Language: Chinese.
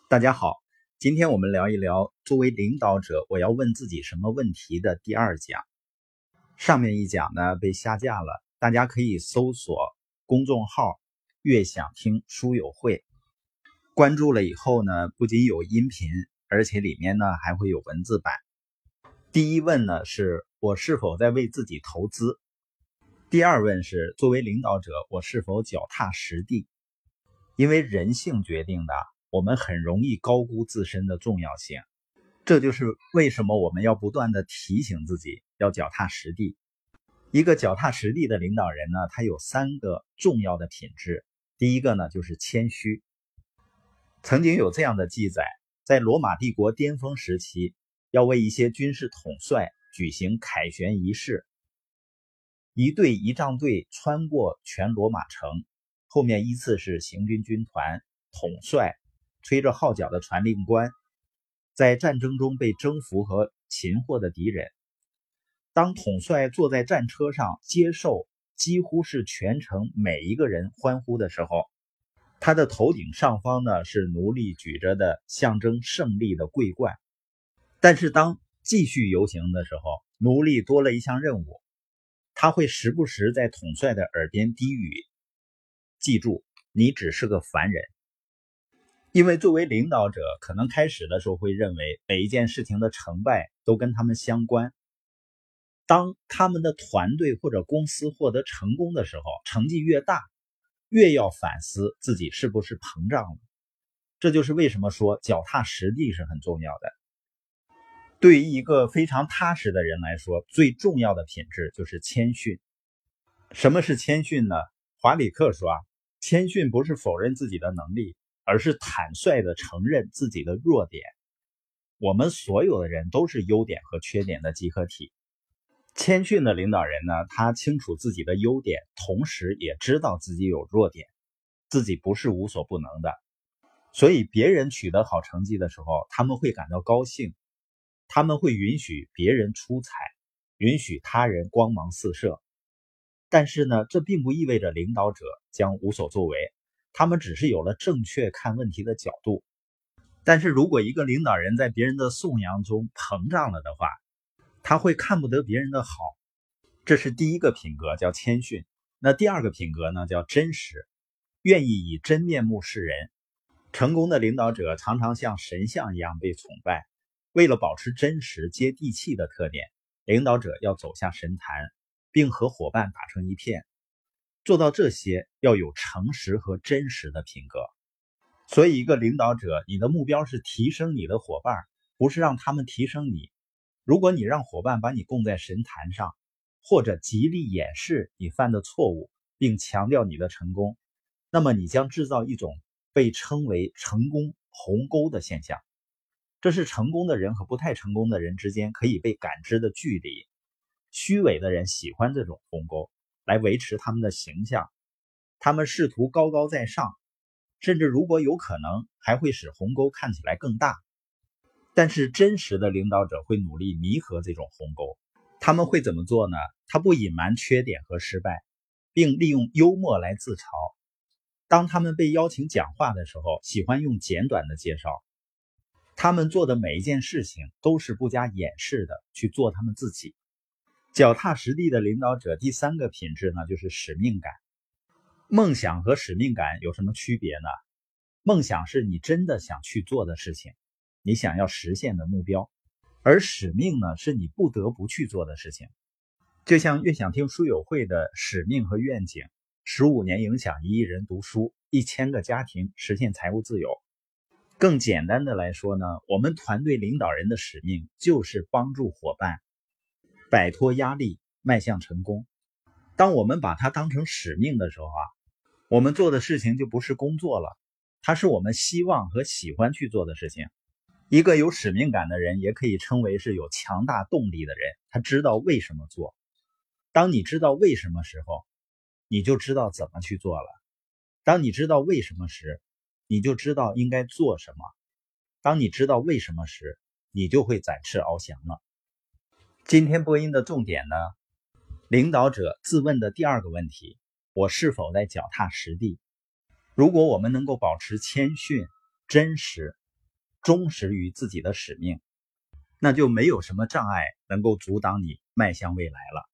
大家好，今天我们聊一聊作为领导者我要问自己什么问题的第二讲。上面一讲呢被下架了，大家可以搜索公众号悦享听书友会，关注了以后呢，不仅有音频，而且里面呢还会有文字版。第一问呢是我是否在为自己投资，第二问是作为领导者我是否脚踏实地。因为人性决定的，我们很容易高估自身的重要性，这就是为什么我们要不断的提醒自己要脚踏实地。一个脚踏实地的领导人呢，他有3个重要的品质。第一个呢就是谦虚。曾经有这样的记载，在罗马帝国巅峰时期，要为一些军事统帅举行凯旋仪式，一队仪仗队穿过全罗马城，后面依次是行军军团、统帅、吹着号角的传令官，在战争中被征服和擒获的敌人。当统帅坐在战车上接受几乎是全城每一个人欢呼的时候，他的头顶上方呢是奴隶举着的象征胜利的桂冠。但是当继续游行的时候，奴隶多了一项任务，他会时不时在统帅的耳边低语，记住，你只是个凡人。因为作为领导者，可能开始的时候会认为每一件事情的成败都跟他们相关。当他们的团队或者公司获得成功的时候，成绩越大，越要反思自己是不是膨胀了。这就是为什么说脚踏实地是很重要的。对于一个非常踏实的人来说，最重要的品质就是谦逊。什么是谦逊呢？华里克说谦逊不是否认自己的能力，而是坦率地承认自己的弱点。我们所有的人都是优点和缺点的集合体。谦逊的领导人呢，他清楚自己的优点，同时也知道自己有弱点，自己不是无所不能的。所以别人取得好成绩的时候，他们会感到高兴，他们会允许别人出彩，允许他人光芒四射。但是呢，这并不意味着领导者将无所作为，他们只是有了正确看问题的角度。但是如果一个领导人在别人的颂扬中膨胀了的话，他会看不得别人的好。这是第一个品格，叫谦逊。那第二个品格呢，叫真实，愿意以真面目示人。成功的领导者常常像神像一样被崇拜。为了保持真实接地气的特点，领导者要走下神坛，并和伙伴打成一片。做到这些，要有诚实和真实的品格。所以一个领导者，你的目标是提升你的伙伴，不是让他们提升你。如果你让伙伴把你供在神坛上，或者极力掩饰你犯的错误，并强调你的成功，那么你将制造一种被称为成功鸿沟的现象。这是成功的人和不太成功的人之间可以被感知的距离。虚伪的人喜欢这种鸿沟，来维持他们的形象。他们试图高高在上，甚至如果有可能，还会使鸿沟看起来更大。但是真实的领导者会努力弥合这种鸿沟。他们会怎么做呢？他不隐瞒缺点和失败，并利用幽默来自嘲。当他们被邀请讲话的时候，喜欢用简短的介绍。他们做的每一件事情都是不加掩饰的去做他们自己。脚踏实地的领导者第3个品质呢，就是使命感。梦想和使命感有什么区别呢？梦想是你真的想去做的事情，你想要实现的目标，而使命呢，是你不得不去做的事情。就像悦享听书友会的使命和愿景，15年影响1亿人读书，1000个家庭实现财务自由。更简单的来说呢，我们团队领导人的使命就是帮助伙伴摆脱压力，迈向成功。当我们把它当成使命的时候我们做的事情就不是工作了，它是我们希望和喜欢去做的事情。一个有使命感的人也可以称为是有强大动力的人，他知道为什么做。当你知道为什么时候，你就知道怎么去做了。当你知道为什么时，你就知道应该做什么。当你知道为什么时，你就会展翅翱翔了。今天播音的重点呢，领导者自问的第2个问题，我是否在脚踏实地？如果我们能够保持谦逊、真实， 忠实于自己的使命，那就没有什么障碍能够阻挡你迈向未来了。